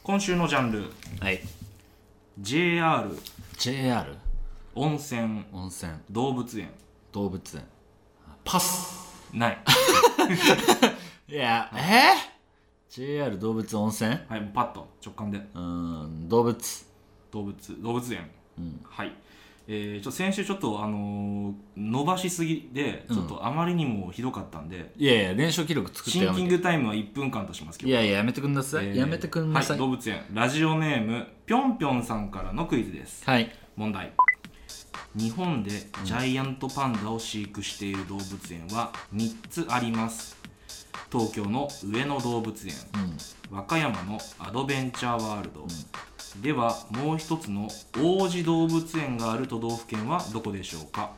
今週のジャンル、 はい。 JR、 JR、 温泉、 温泉、 動物園。 動物園。パス。 ないいや、JR、動物、温泉。 はい、もうパッと直感で。 動物。 動物園、はい。ちょっと先週ちょっと伸ばしすぎでちょっとあまりにもひどかったんで、 いやいや、連勝記録作ってシンキングタイムは1分間としますけど、 いやいや、やめてくんなさい、やめてくんなさい。 はい、動物園ラジオネームぴょんぴょんさんからのクイズです。 はい。 問題。日本でジャイアントパンダを飼育している動物園は3つあります。東京の上野動物園、和歌山のアドベンチャーワールド、ではもう一つの王子動物園がある都道府県はどこでしょうか。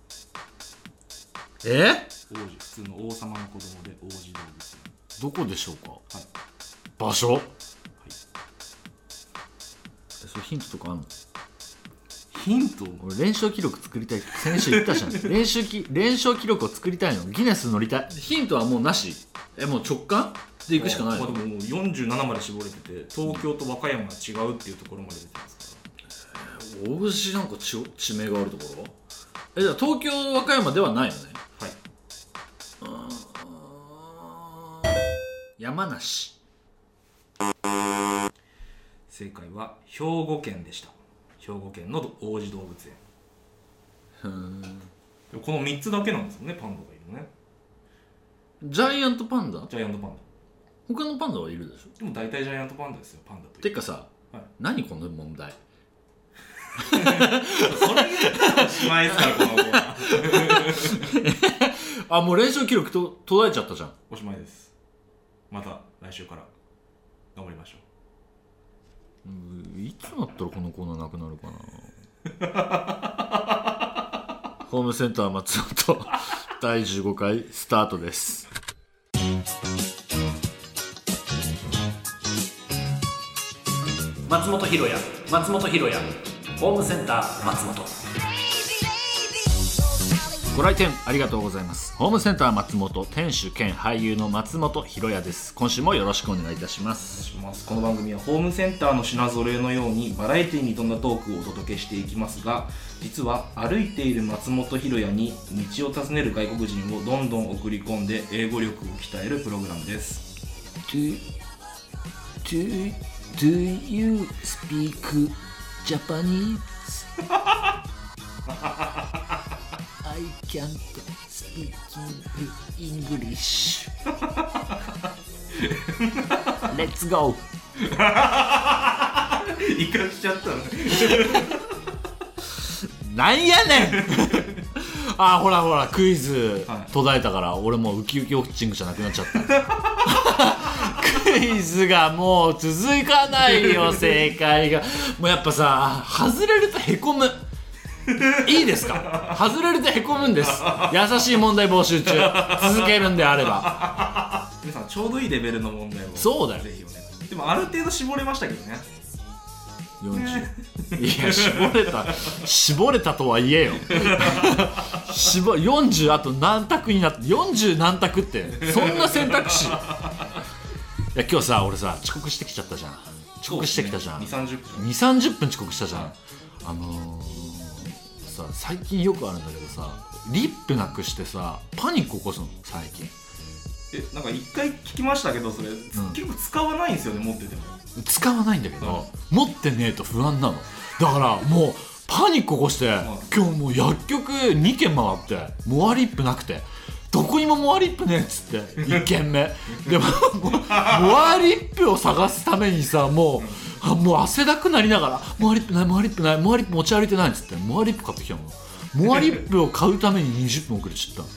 王子、普通の王様の子供で王子動物園。 どこでしょうか。 はい、 場所、 はい、 それヒントとかあんの。 ヒント。 俺連勝記録作りたいって先週言ったじゃん。連勝記録を作りたいの。ギネス乗りたい。ヒントはもうなし。もう直感でいくしかないの。 でももう47まで絞れてて、東京と和歌山が違うっていうところまで出てますから。 王子なんか地名があるところ。じゃあ東京和歌山ではないのね。 はい。 山梨。 正解は兵庫県でした。兵庫県の王子動物園。でもこの3つだけなんですよね、パンダがいるのね。 ジャイアントパンダ。 ジャイアントパンダ。 他のパンダはいるでしょ。 でも大体ジャイアントパンダですよ、パンダという。 てかさ、 はい、 何この問題。 それ言ったらおしまいですから、このコーナー。 あ、もう連勝記録と途絶えちゃったじゃん。 おしまいです。また来週から頑張りましょう。いつなったらこのコーナーなくなるかな。ホームセンター松本第15回スタートです。松本ひろやホームセンター松本。ご来店ありがとうございます。ホームセンター松本店主兼俳優の松本ひろやです。今週もよろしくお願いいたします。 この番組はホームセンターの品揃えのようにバラエティに富んだトークをお届けしていきますが、実は歩いている松本ひろやに道を尋ねる外国人をどんどん送り込んで英語力を鍛えるプログラムです。 Do you speak Japanese? I can't speak English. Let's go. イカしちゃったの。 なんやねん。あ、ほらクイズ、 はい、 途絶えたから俺もうウキウキウォッチングじゃなくなっちゃった。クイズがもう続かないよ。正解がもうやっぱさ、外れるとへこむ。いいですか。外れるとへこむんです。優しい問題募集中。続けるんであれば皆さんちょうどいいレベルの問題をそうだよ。 ぜひお願い。でもある程度絞れましたけどね。 40。いや、絞れたとはいえよ。40あと何択になって、40何択ってそんな選択肢。いや今日さ、俺さ遅刻してきちゃったじゃん。遅刻してきたじゃん。2,30 分遅刻したじゃん。さ、最近よくあるんだけどさ、リップなくしてさパニック起こすの最近。 なんか一回聞きましたけど、それ、結構使わないんですよね、持ってても。 使わないんだけど、持ってねえと不安なの。だからもうパニック起こして、今日もう薬局2軒回ってモアリップなくて、どこにもモアリップねえっつって1軒目でもモアリップを探すためにさ、もう汗だくなりながら、モアリップない、モアリップ持ち歩いてないっつって、モアリップ買ってきたの。モアリップを買うために20分遅れちゃった。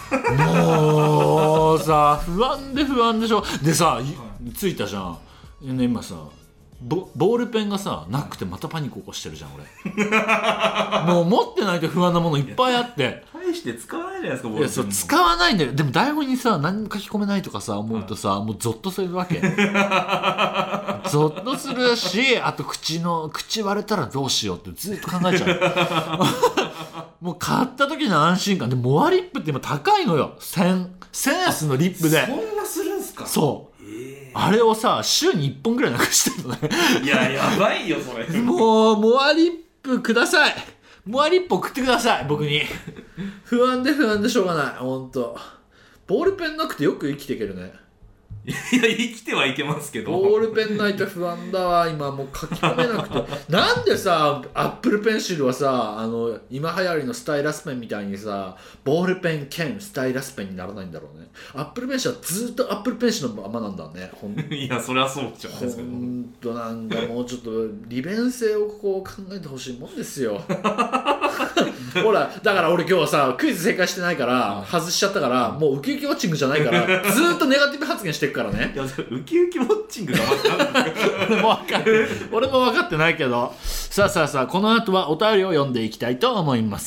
もうさ、不安でしょ。でさ、着いたじゃん。今さ、ボールペンがさなくてまたパニック起こしてるじゃん俺。もう持ってないと不安なものいっぱいあって。 大して使わないじゃないですか、ボールペン。 いや、そう使わないんだよ。でも台本にさ、何も書き込めないとかさ思うとさ、もうゾッとするわけ。ゾッとするし、あと口割れたらどうしようってずっと考えちゃう。もう買った時の安心感で、モアリップって今高いのよ。1000円のリップで。 そんなするんすか。 そう。 あれをさ週に1本ぐらいなくしてるのねいややばいよそれもうモアリップください。モアリップ送ってください僕に不安でしょうがない。ほんとボールペンなくてよく生きていけるね。 いや生きてはいけますけど、 ボールペンないと不安だわ今。もう書き込めなくてなんでさアップルペンシルはさ今流行りのスタイラスペンみたいにさボールペン兼スタイラスペンにならないんだろうね。アップルペンシルはずっとアップルペンシルのままなんだねいやそれはそうじゃないですけど、 ほんとなんかもうちょっと利便性をこう考えてほしいもんですよほらだから俺今日はさクイズ正解してないから外しちゃったから、もうウキウキウォッチングじゃないからずっとネガティブ発言していくからね。 いやウキウキウォッチングがまずなんですか俺も分かってないけど、さあこの後はお便りを読んでいきたいと思います。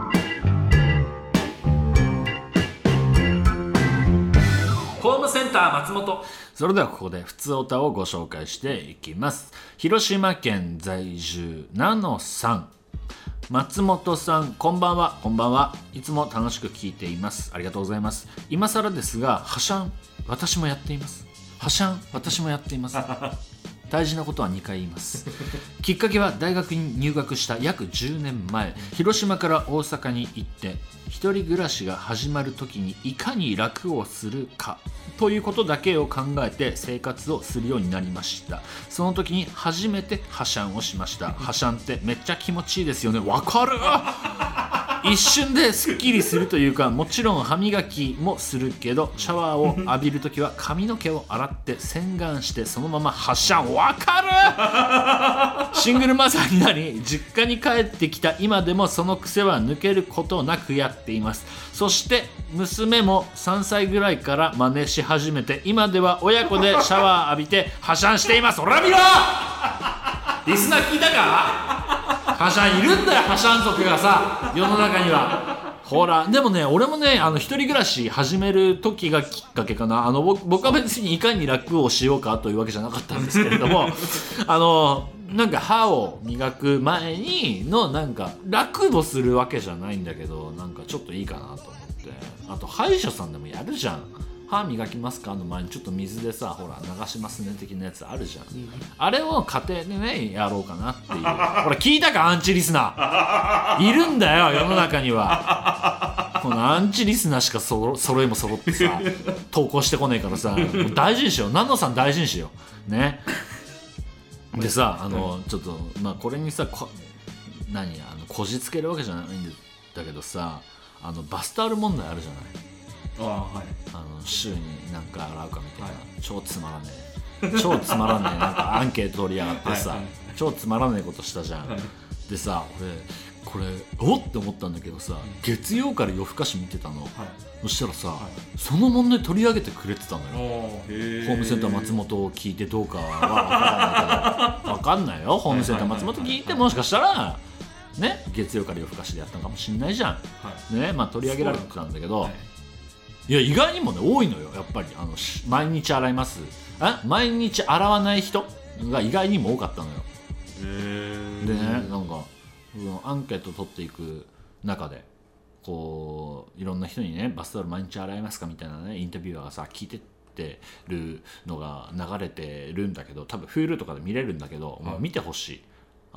ホームセンター松本。それではここで普通おたをご紹介していきます。広島県在住ナノさん。松本さんこんばんは。こんばんは。いつも楽しく聞いています。ありがとうございます。今更ですがはしゃん私もやっています。はしゃん私もやっています大事なことは2回言いますきっかけは大学に入学した約10年前、広島から大阪に行って一人暮らしが始まる時にいかに楽をするかということだけを考えて生活をするようになりました。その時に初めてはしゃんをしました。はしゃんってめっちゃ気持ちいいですよね。わかる一瞬ですっきりするというか、もちろん歯磨きもするけどシャワーを浴びるときは髪の毛を洗って洗顔してそのままはしゃん。わかるシングルマザーになり実家に帰ってきた今でもその癖は抜けることなくやっています。そして娘も3歳ぐらいから真似し始めて今では親子でシャワー浴びてはしゃんしています。ほら見ろリスナー聞いたかはしゃんいるんだよ。はしゃん族がさ世の中には。ほらでもね俺もね一人暮らし始める時がきっかけかな。僕は別にいかに楽をしようかというわけじゃなかったんですけれどもなんか歯を磨く前にのなんか楽をするわけじゃないんだけど、なんかちょっといいかなと思って。あと歯医者さんでもやるじゃん。歯磨きますかの前にちょっと水でさほら流しますね的なやつあるじゃん、あれを家庭でねやろうかなっていうほら聞いたかアンチリスナーいるんだよ世の中には。このアンチリスナーしか揃いも揃ってさ投稿してこねえからさもう大事にしよう。ナノさん大事にしようね。でさちょっとまあこれにさこじつけるわけじゃないんだけどさバスタオル問題あるじゃない。週に何回洗うかみたいな、超つまらねえなんかアンケート取りやがってさ、超つまらねえことしたじゃん、でさ俺これおって思ったんだけどさ、月曜から夜更かし見てたの、そしたらさ、その問題取り上げてくれてたのよ。ホームセンター松本を聞いてどうかは分かんないよ。ホームセンター松本聞いてもしかしたらね月曜から夜更かしでやったのかもしんないじゃん、ねまあ取り上げられてたんだけど、いや意外にもね多いのよやっぱり毎日洗います毎日洗わない人が意外にも多かったのよ。でねなんかアンケート取っていく中でこういろんな人にねバスタオル毎日洗いますかみたいなねインタビュアーがさ聞いてってるのが流れてるんだけど、多分 Hulu とかで見れるんだけど、もう見てほしい。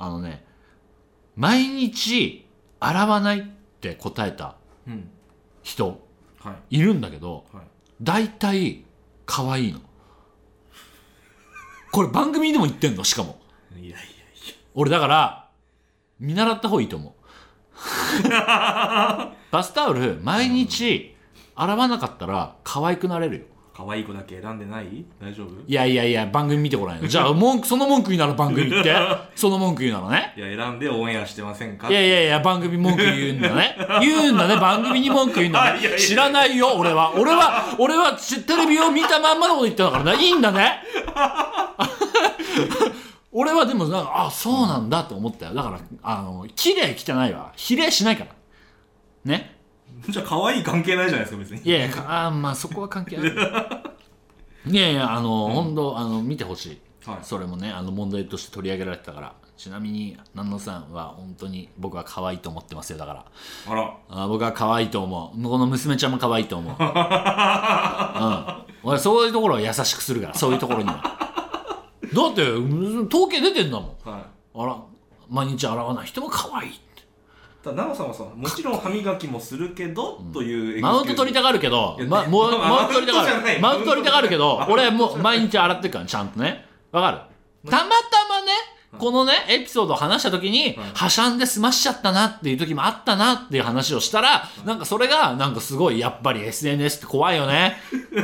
毎日洗わないって答えた人、いるんだけど、大体可愛いの。これ番組でも言ってんの。しかもいや俺だから見習った方がいいと思うバスタオル毎日洗わなかったら可愛くなれるよ。 可愛い子だけ選んでない大丈夫？ いや番組見てごらんよ。じゃあその文句言うなら番組言ってその文句言うならね。 いや選んでオンエアしてませんか？ いや番組文句言うんだね番組に文句言うんだね知らないよ俺はテレビを見たまんまのこと言ってたからね。いいんだね俺はでもなんかそうなんだと思ったよ。だから綺麗汚いは比例しないからね。 じゃあ可愛い関係ないじゃないですか別に。 いやまあそこは関係あるいや本当見てほしい、それもね問題として取り上げられてたからちなみに南野さんは本当に僕は可愛いと思ってますよ。だからあら僕は可愛いと思う。この娘ちゃんも可愛いと思う、俺そういうところを優しくするから、そういうところにはだって統計出てんだもん、 はい、 あら毎日洗わない人も可愛いって。 奈々さんはさ、もちろん歯磨きもするけど、というマウント取りたがるけど、マウント取りたがるけど、俺もう毎日洗ってるから、ちゃんとね。わかる？たまたまね、このねエピソードを話した時に、はしゃんで済ましちゃったなっていう時もあったなっていう話をしたら、なんかそれがなんかすごい、やっぱり SNS って怖いよね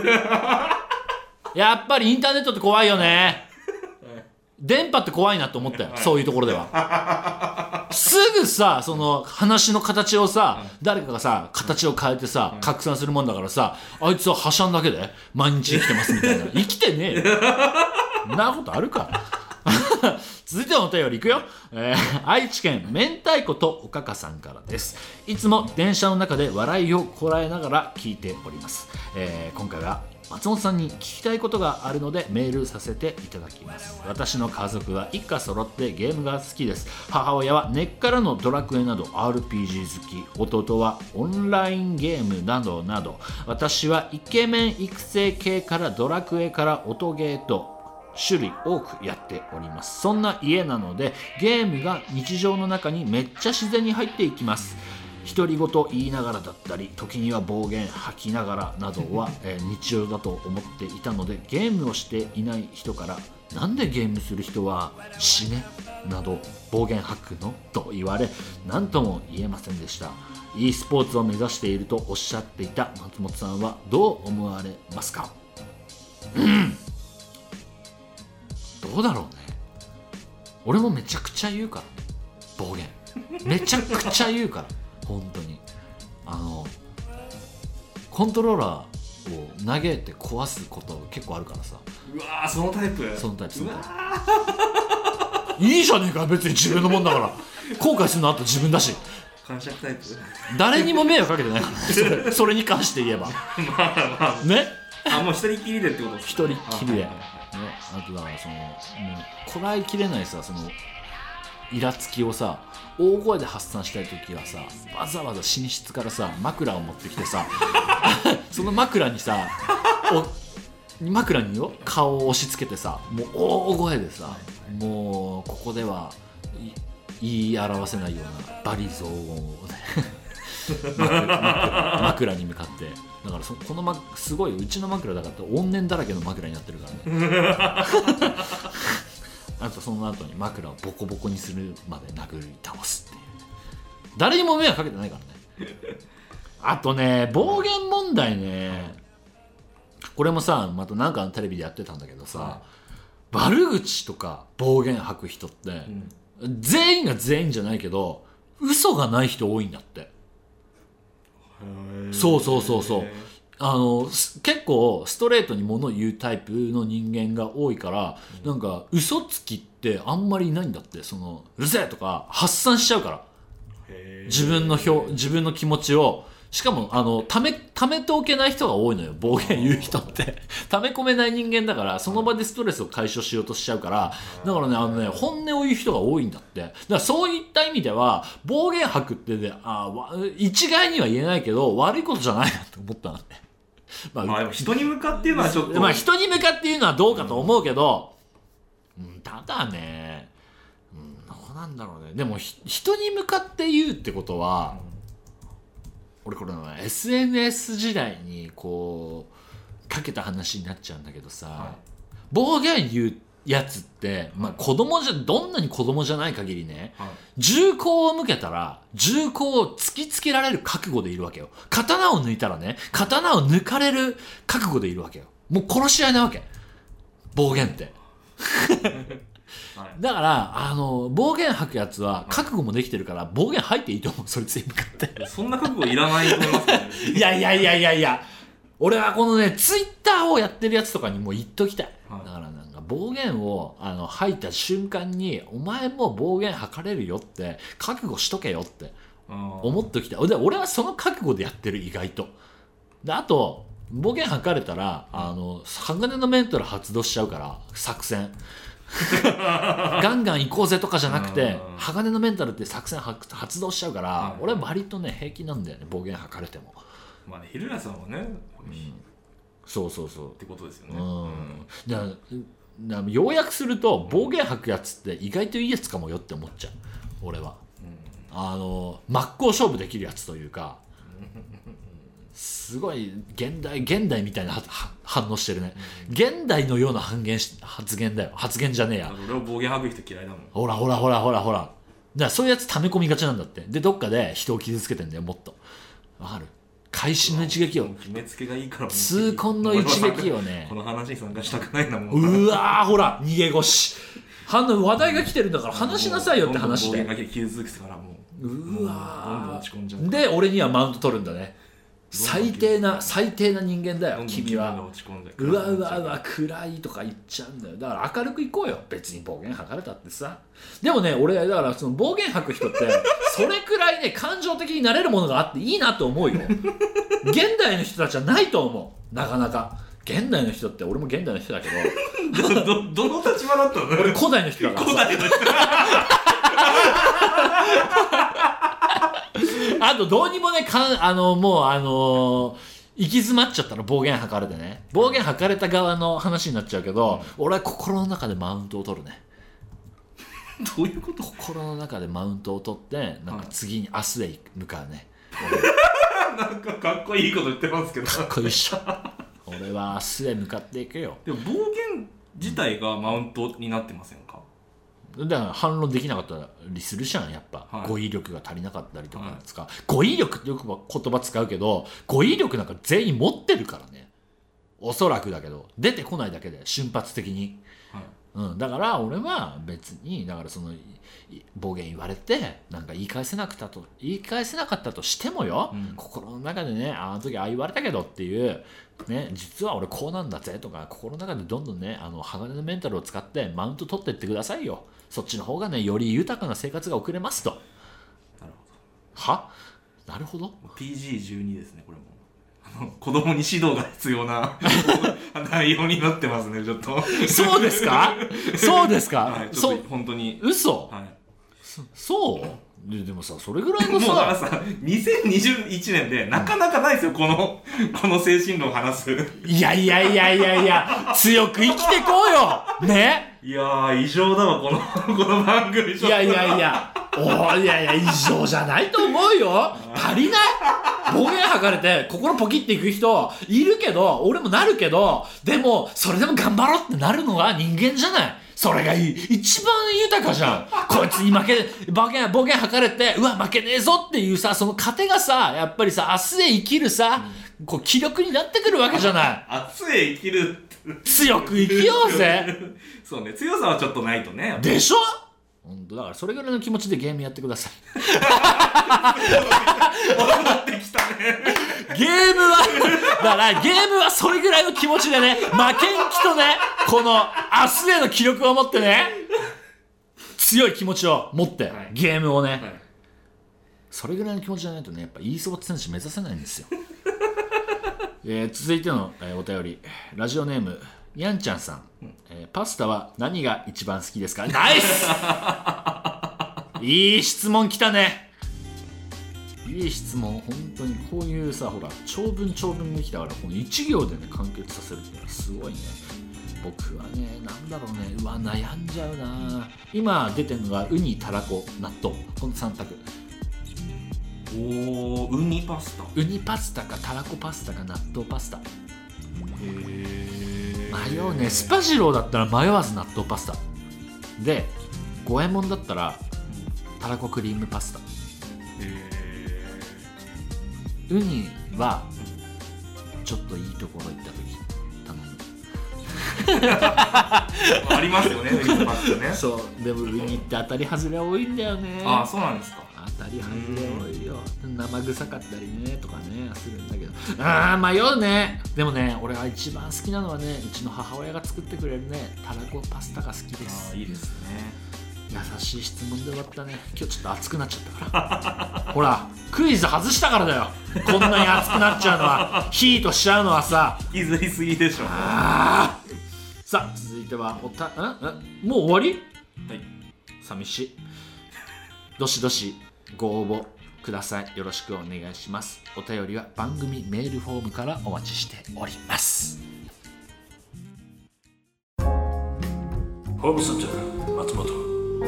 やっぱりインターネットって怖いよね。電波って怖いなと思ったよ、そういうところではすぐさ、その話の形をさ、誰かがさ形を変えてさ拡散するもんだからさ、あいつははしゃんだけで毎日生きてますみたいな生きてねえよそんなことあるか続いてのお便りいくよ、愛知県明太子とおかかさんからです。いつも電車の中で笑いをこらえながら聞いております。今回は松本さんに聞きたいことがあるのでメールさせていただきます。私の家族は一家揃ってゲームが好きです。母親は根っからのドラクエなど RPG 好き、弟はオンラインゲームなどなど、私はイケメン育成系からドラクエから音ゲーと種類多くやっております。そんな家なのでゲームが日常の中にめっちゃ自然に入っていきます。独り言言いながらだったり、時には暴言吐きながらなどは、日常だと思っていたので、ゲームをしていない人からなんでゲームする人は死ねなど暴言吐くのと言われ、何とも言えませんでした。 e スポーツを目指しているとおっしゃっていた松本さんはどう思われますか？どうだろうね。俺もめちゃくちゃ言うからね、暴言めちゃくちゃ言うから本当にコントローラーを投げて壊すこと結構あるからさ。 うわー、そのタイプいいじゃねえか、別に自分のもんだから後悔するのあと自分だし。 感触タイプ誰にも迷惑かけてないからそれに関して言えばね、 もう一人きりでってことですか？一人きりで、あとだからそのもうこらえきれないさ、そのイラつきをさ大声で発散したい時はさ、わざわざ寝室からさ枕を持ってきてさその枕にさ枕によ顔を押し付けてさ、もう大声でさ、もうここでは言い表せないような罵詈雑言を枕に向かって、だからこのすごいうちの枕だから怨念だらけの枕になってるからねあとその後に枕をボコボコにするまで殴り倒すっていう、誰にも迷惑かけてないからねあとね、暴言問題ね、これもさまたなんかのテレビでやってたんだけどさ、悪口とか暴言吐く人って、全員が全員じゃないけど嘘がない人多いんだって。そう結構ストレートに物を言うタイプの人間が多いから、なんか嘘つきってあんまりいないんだって。うるせえとか発散しちゃうから、自分の気持ちを。しかもためておけない人が多いのよ、暴言言う人ってため込めない人間だから、その場でストレスを解消しようとしちゃうから、だからね本音を言う人が多いんだって。だからそういった意味では暴言吐くってね、一概には言えないけど悪いことじゃないなって思ったんだねでも人に向かっていうのはちょっと人に向かっていうのはどうかと思うけど、ただね、どうなんだろうね。でも人に向かって言うってことは、俺これの SNS 時代にこうかけた話になっちゃうんだけどさ、暴言言うやつって、どんなに子供じゃない限りね、銃口を向けたら銃口を突きつけられる覚悟でいるわけよ。刀を抜いたらね、刀を抜かれる覚悟でいるわけよ。もう殺し合いなわけ、暴言ってだから暴言吐くやつは覚悟もできてるから暴言吐いていいと思う、そいつに向かってそんな覚悟いらないと思いますけどねいや俺はこのねツイッターをやってるやつとかにも言っときたい、だからなんか暴言を吐いた瞬間にお前も暴言吐かれるよって覚悟しとけよって思っときたい。で俺はその覚悟でやってる、意外と。であと暴言吐かれたら鋼のメンタル発動しちゃうから、作戦ガンガン行こうぜとかじゃなくて、鋼のメンタルって作戦発動しちゃうから、俺は割とね平気なんだよね、暴言吐かれても。 まあね、ヒルラさんはね、 そうそうそうってことですよね。 だから要約すると暴言吐くやつって意外といいやつかもよって思っちゃう俺は。真っ向勝負できるやつというか、すごい現代みたいな反応してるね、現代のような発言だよ。発言じゃねえや。 俺は暴言吐く人嫌いだもん。 ほらだからそういうやつ溜め込みがちなんだって。でどっかで人を傷つけてんだよ、もっと。わかる？会心の一撃を、 決めつけがいいから痛恨の一撃をねこの話に参加したくないなもん。 うわーほら逃げ腰話題が来てるんだから話しなさいよって話で、 暴言が傷つけてからもうわどんどん落ち込んじゃう。 で俺にはマウント取るんだね。最低な人間だよ君は。うわ暗いとか言っちゃうんだよ。だから明るくいこうよ。別に暴言吐かれたってさ。でもね俺だからその暴言吐く人ってそれくらいね感情的になれるものがあっていいなと思うよ。現代の人たちはないと思う、なかなか。現代の人って俺も現代の人だけどどの立場だったの？ 俺古代の人だから。古代の人あとどうにもねもう行き詰まっちゃったら暴言吐かれてね、暴言吐かれた側の話になっちゃうけど、俺は心の中でマウントを取るね。 どういうこと？ 心の中でマウントを取ってなんか次に明日へ向かうね。 なんかかっこいいこと言ってますけど。 かっこいいっしょ。俺は明日へ向かっていくよ。 でも暴言自体がマウントになってませんか？ だから反論できなかったりするじゃんやっぱ、 はい、 語彙力が足りなかったりとかですか、語彙力ってよく言葉使うけど語彙力なんか全員持ってるからね、おそらくだけど出てこないだけで瞬発的に、だから俺は別にだからその暴言言われてなんか言い返せなかったとしてもよ、心の中でねあの時ああ言われたけどっていうね、実は俺こうなんだぜとか心の中でどんどんね鋼のメンタルを使ってマウント取っていってくださいよ。そっちの方がねより豊かな生活が送れますと。 なるほど。 は？なるほど。 PG12 ですねこれも。子供に指導が必要な内容になってますねちょっと。 そうですか？そうですか？ はい、ちょっと本当に嘘？ はい、 そうでもさそれぐらいのさもうだからさ2021年でなかなかないですよ、この精神論を話す。 いや強く生きてこうよね。 いやー異常だわこの番組。 いや異常じゃないと思うよ。足りない。暴言吐かれて心ポキっていく人いるけど俺もなるけど、でもそれでも頑張ろうってなるのが人間じゃない。それが一番豊かじゃん。こいつに暴言吐かれてうわ負けねえぞっていうさその糧がさやっぱりさ明日へ生きるさ、こう気力になってくるわけじゃない。 明日へ生きる強く生きようぜ。 そうね、強さはちょっとないとね。 でしょ。本当だからそれぐらいの気持ちでゲームやってください。 戻ってきたね。 ゲームはそれぐらいの気持ちでね、負けん気とねこの明日への気力を持ってね強い気持ちを持って、ゲームをね、それぐらいの気持ちじゃないとねやっぱ e スポーツ選手目指せないんですよ。続いての、お便りラジオネームにゃんちゃんさん、パスタは何が一番好きですか？ナイスいい質問来たね。いい質問。本当にこういうさほら長文できたからこの1行でね完結させるっていうのはすごいね。僕はねなんだろうね、うわ悩んじゃうな。今出てるのがウニ、たらこ、納豆、この3択。 おー、ウニパスタ。 ウニパスタかたらこパスタか納豆パスタ。迷うね。スパジローだったら迷わず納豆パスタで、五右衛門だったらたらこクリームパスタ。ウニはちょっといいところ行った時頼む。 ありますよね、ウニパスタね。 そうでもウニって当たり外れ多いんだよね。 あ、そうなんですか。 当たり外れ多いよ。生臭かったりねとかねするんだけど、迷うね。でもね俺が一番好きなのはねうちの母親が作ってくれるねたらこパスタが好きです。 いいですね。 優しい質問で終わったね。今日ちょっと熱くなっちゃったからほらクイズ外したからだよ。こんなに熱くなっちゃうのはヒートしちゃうのはさ譲りすぎでしょ。 さあ続いてはもう終わり？ はい、 寂しい。どしどしご応募ください。よろしくお願いします。お便りは番組メールフォームからお待ちしております。ホームセンター松本。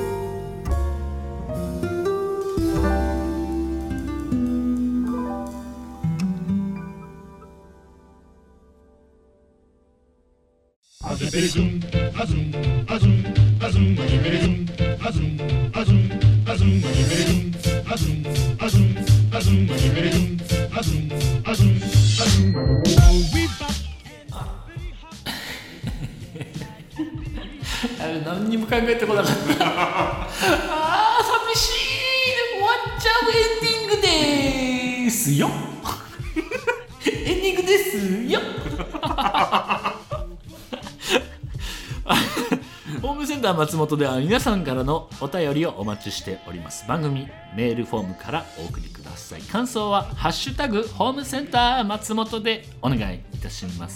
何にも考えてこなかった寂しい。終わっちゃう。エンディングでーすよエンディングですよホームセンター松本では皆さんからのお便りをお待ちしております。番組メールフォームからお送りください。感想はハッシュタグホームセンター松本でお願いいたします。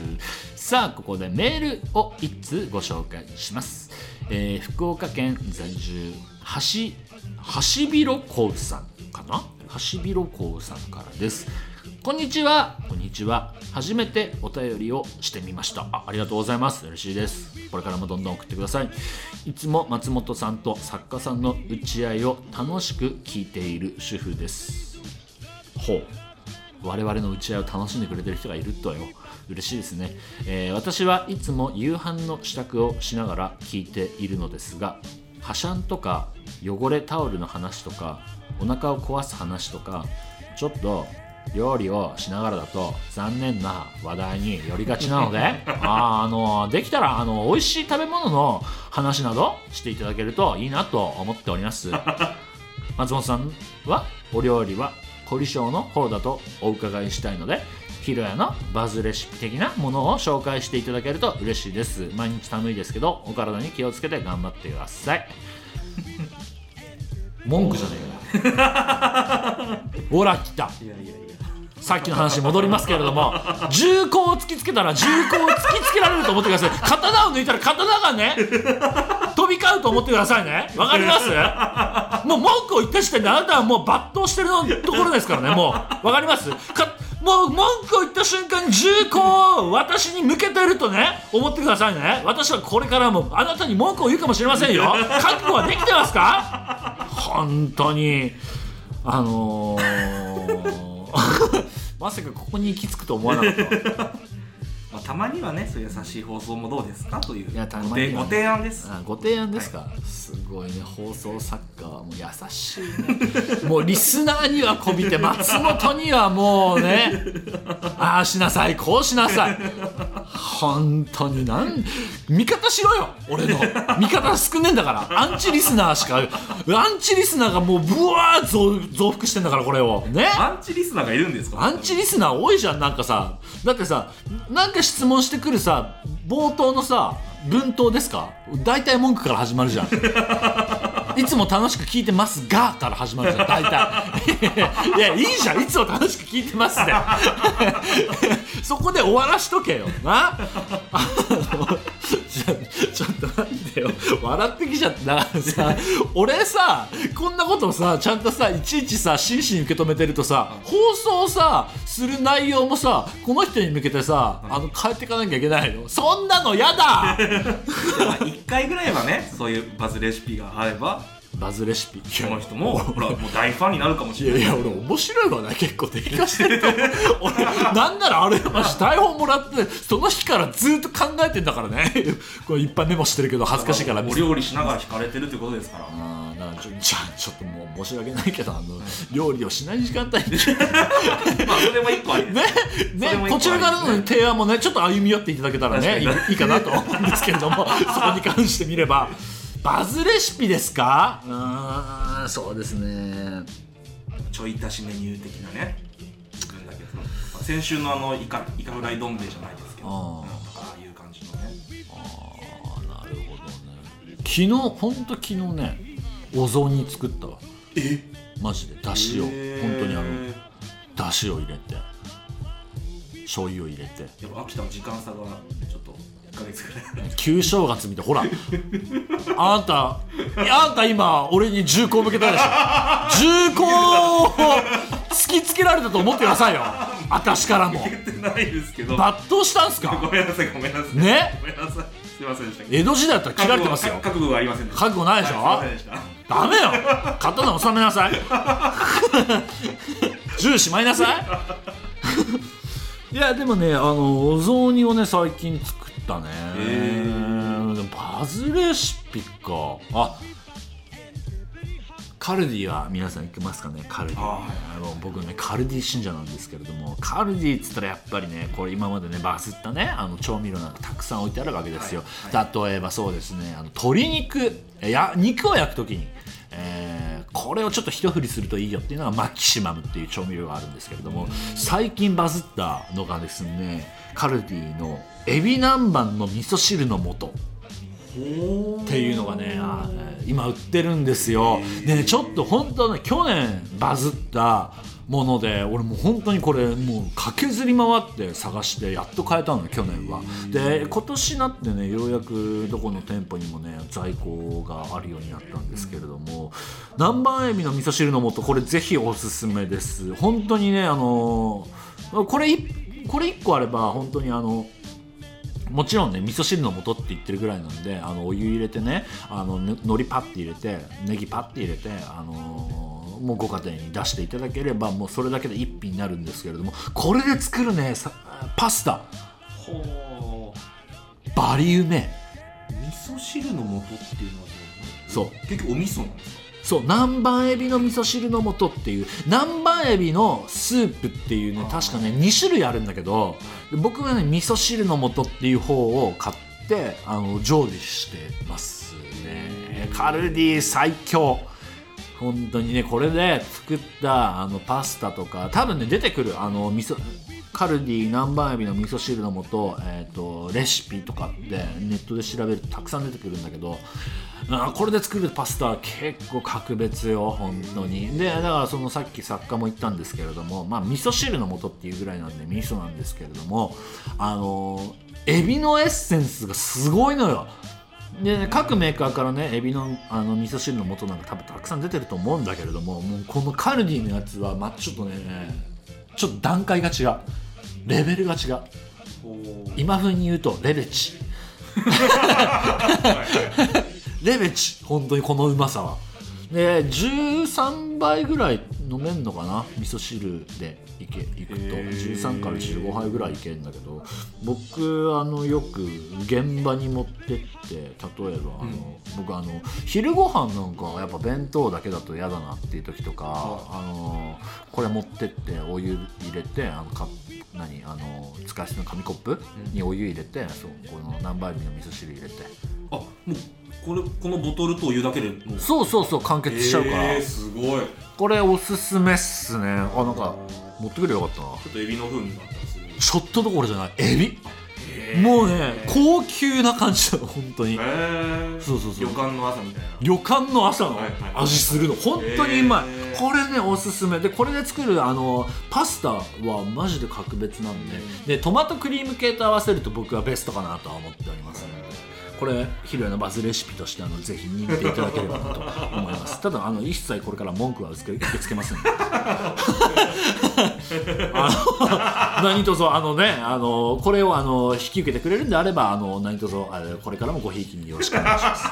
さあここでメールを1通ご紹介します。福岡県在住はしびろこうさんかな。はしびろこうさんからです。こんにちは。こんにちは。初めてお便りをしてみました。ありがとうございます。嬉しいです。これからもどんどん送ってください。いつも松本さんと作家さんの打ち合いを楽しく聞いている主婦です。ほう。我々の打ち合いを楽しんでくれてる人がいるとよ。嬉しいですね。私はいつも夕飯の支度をしながら聞いているのですが、破シャンとか汚れタオルの話とかお腹を壊す話とかちょっと料理をしながらだと残念な話題に寄りがちなのでできたら美味しい食べ物の話などしていただけるといいなと思っております。松本さんはお料理は凝り性の方だとお伺いしたいので、ひろやのバズレシピ的なものを紹介していただけると嬉しいです。毎日寒いですけどお体に気をつけて頑張ってください。文句じゃねえかほら来た。さっきの話に戻りますけれども、銃口を突きつけたら銃口を突きつけられると思ってください。刀を抜いたら刀がね飛び交うと思ってくださいね。わかります？もう文句を言った時点であなたはもう抜刀してるところですからね。もうわかります？もう文句を言った瞬間に銃口を私に向けてるとね思ってくださいね。私はこれからもあなたに文句を言うかもしれませんよ。覚悟はできてますか？本当にまさかここに行き着くと思わなかったたまにはね、そういう優しい放送もどうですかというご提案です。 ご提案ですか、はい、すごいね。放送作家はもう優しいねもうリスナーにはこびて松本にはもうねああしなさいこうしなさい。本当に味方しろよ。俺の味方少ねえんだからアンチリスナーしかアンチリスナーがもうブワー増幅してんだからこれをね。 アンチリスナーがいるんですか？ アンチリスナー多いじゃん。なんかさ、だってさ、なんか質問してくるさ冒頭のさ文頭ですか、大体文句から始まるじゃんいつも楽しく聞いてますがから始まるじゃん大体いやいいじゃん、いつも楽しく聞いてますってそこで終わらしとけよなちょっと待ってよ、笑ってきちゃっただからさ俺さこんなことをさちゃんとさいちいちさ真摯に受け止めてるとさ、放送さする内容もさこの人に向けてさ変えていかなきゃいけないの。そんなのやだ 1回ぐらいはね、そういうバズレシピがあれば、 バズレシピこの人もほらもう大ファンになるかもしれない。 いや俺面白いわね、結構適化してると俺なんならあれ台本もらってその日からずっと考えてんだからねこれいっぱいメモしてるけど恥ずかしいからお料理しながら弾かれてるってことですから。 だからちょっともう申し訳ないけど料理をしない時間帯にまあそれも一個ありですねこちらからの提案もねちょっと歩み寄っていただけたらねいいかなと思うんですけれどもそこに関してみればバズレシピですか？そうですね、 ちょい足しメニュー的なね自分だけど、先週のイカフライどん兵衛じゃないですけど、ああいう感じのね。 なるほどね。昨日ねお雑煮作ったわ。マジでだしを本当にだしを入れて醤油を入れて。 やっぱ秋田の時間差がちょっとヶ月ぐらい旧正月見てほらあんた今俺に銃口向けたでしょ。銃口を突きつけられたと思ってくださいよ。私からも言ってないですけど抜刀したんすか。 ごめんなさいね、ごめんなさい、すいませんでした。 江戸時代だったら切られてますよ。 覚悟がありませんでした。 覚悟ないでしょ、 はい、すいませんでした。 ダメよ刀収めなさい銃しまいなさいいやでもねお雑煮をね最近作ったね。でもバズレシピか。カルディは皆さん行けますかね。カルディ、僕ねカルディ信者なんですけれども、カルディっつったらやっぱりねこれ今までねバズったね調味料なんかたくさん置いてあるわけですよ、例えばそうですね鶏肉肉を焼くときに、これをちょっと一振りするといいよっていうのがマキシマムっていう調味料があるんですけれども、最近バズったのがですねカルディのエビ南蛮の味噌汁の素っていうのがね今売ってるんですよ。でねちょっと本当ね去年バズったもので俺もう本当にこれもう駆けずり回って探してやっと買えたのよ去年は。で今年になってねようやくどこの店舗にもね在庫があるようになったんですけれども、南蛮エビの味噌汁の素これぜひおすすめです。本当にねこれ1個あれば本当にもちろんね味噌汁の素って言ってるぐらいなんでお湯入れてね海苔パッて入れてネギパッて入れてもうご家庭に出していただければもうそれだけで一品になるんですけれども、これで作るねパスタバリうめえ。味噌汁の素っていうのはそう結局お味噌なんですか。 そう南蛮エビの味噌汁の素っていう南蛮エビのスープっていうね確かね2種類あるんだけど、僕はね味噌汁の素っていう方を買って常備してますね。カルディ最強本当にね。これで作ったパスタとか多分ね出てくるカルディ南蛮エビの味噌汁の素、レシピとかってネットで調べるとたくさん出てくるんだけど、これで作るパスタは結構格別よ本当に。でだからさっき作家も言ったんですけれども、味噌汁の素っていうぐらいなんで味噌なんですけれどもエビのエッセンスがすごいのよ。で、ね、各メーカーからねエビの味噌汁の素なんか多分たくさん出てると思うんだけれども、もうこのカルディのやつはちょっとねちょっと段階が違う、レベルが違う。今風に言うとレベチレベチ本当にこのうまさは。で13杯ぐらい飲めんのかな味噌汁でいくと13から15杯ぐらいいけるんだけど、僕よく現場に持ってって例えば僕昼ご飯なんかやっぱ弁当だけだと嫌だなっていう時とかこれ持ってってお湯入れて使い捨ての紙コップにお湯入れて、この南蛮エビの味噌汁入れてもうこのボトルとお湯だけでもうそう完結しちゃうから、 すごいこれおすすめっすね。なんか持ってくればよかったな。 ちょっとエビの風味があったりする。 ちょっとどころじゃないエビもうね高級な感じだ本当に。そう旅館の朝みたいな旅館の朝の味するの本当にうまい。これねおすすめで、これで作るパスタはマジで格別なんで、トマトクリーム系と合わせると僕はベストかなとは思っておりますので、これヒロヤのバズレシピとしてぜひ認定いただければなと思います。ただ一切これから文句は受け付けません何卒これを引き受けてくれるんであれば何卒これからもごひいきによろしくお願いします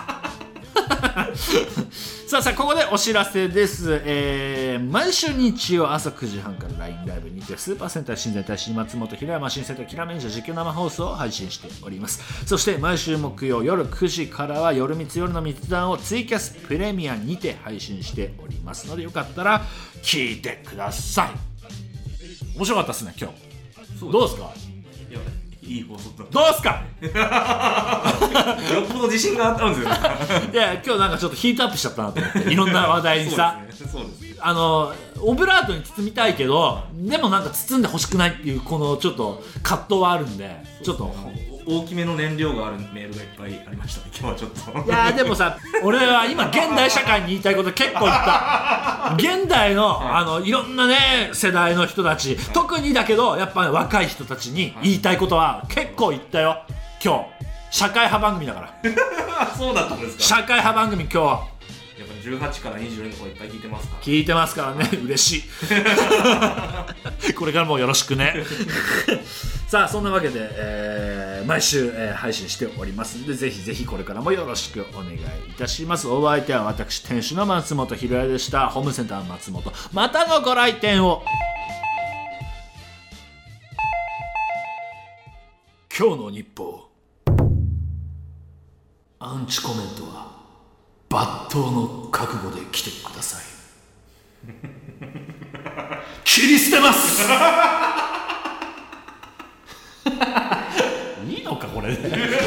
さあここでお知らせです。毎週日曜朝9時半から LINE ライブにてスーパーセンター新全体新松本平山新センターキラメンジャ実況生放送を配信しております。そして毎週木曜夜9時からは夜の密談をツイキャスプレミアにて配信しておりますので、よかったら聞いてください。面白かったですね今日。どうですか。 いい放送だった。 どうすかよっぽど自信があったんですよいや今日なんかちょっとヒートアップしちゃったなと思っていろんな話題にさそうですねオブラートに包みたいけどでもなんか包んでほしくないっていうこのちょっと葛藤はあるんで、ちょっと大きめの燃料があるメールがいっぱいありましたね今日はちょっと。 いやでもさ俺は今現代社会に言いたいこと結構言った現代のいろんなね世代の人たち、特にだけどやっぱ、若い人たちに言いたいことは結構言ったよ今日。 社会派番組だからそうだったんですか。 社会派番組今日はやっぱ18から24の子いっぱい聞いてますから。 聞いてますからね、嬉しいこれからもよろしくねさあそんなわけで、毎週、配信しておりますので、ぜひぜひこれからもよろしくお願いいたします。お相手は私店主の松本ひろやでした。ホームセンター松本、またのご来店を。今日の日報、アンチコメントは抜刀の覚悟で来てください切り捨てますいいのかこれで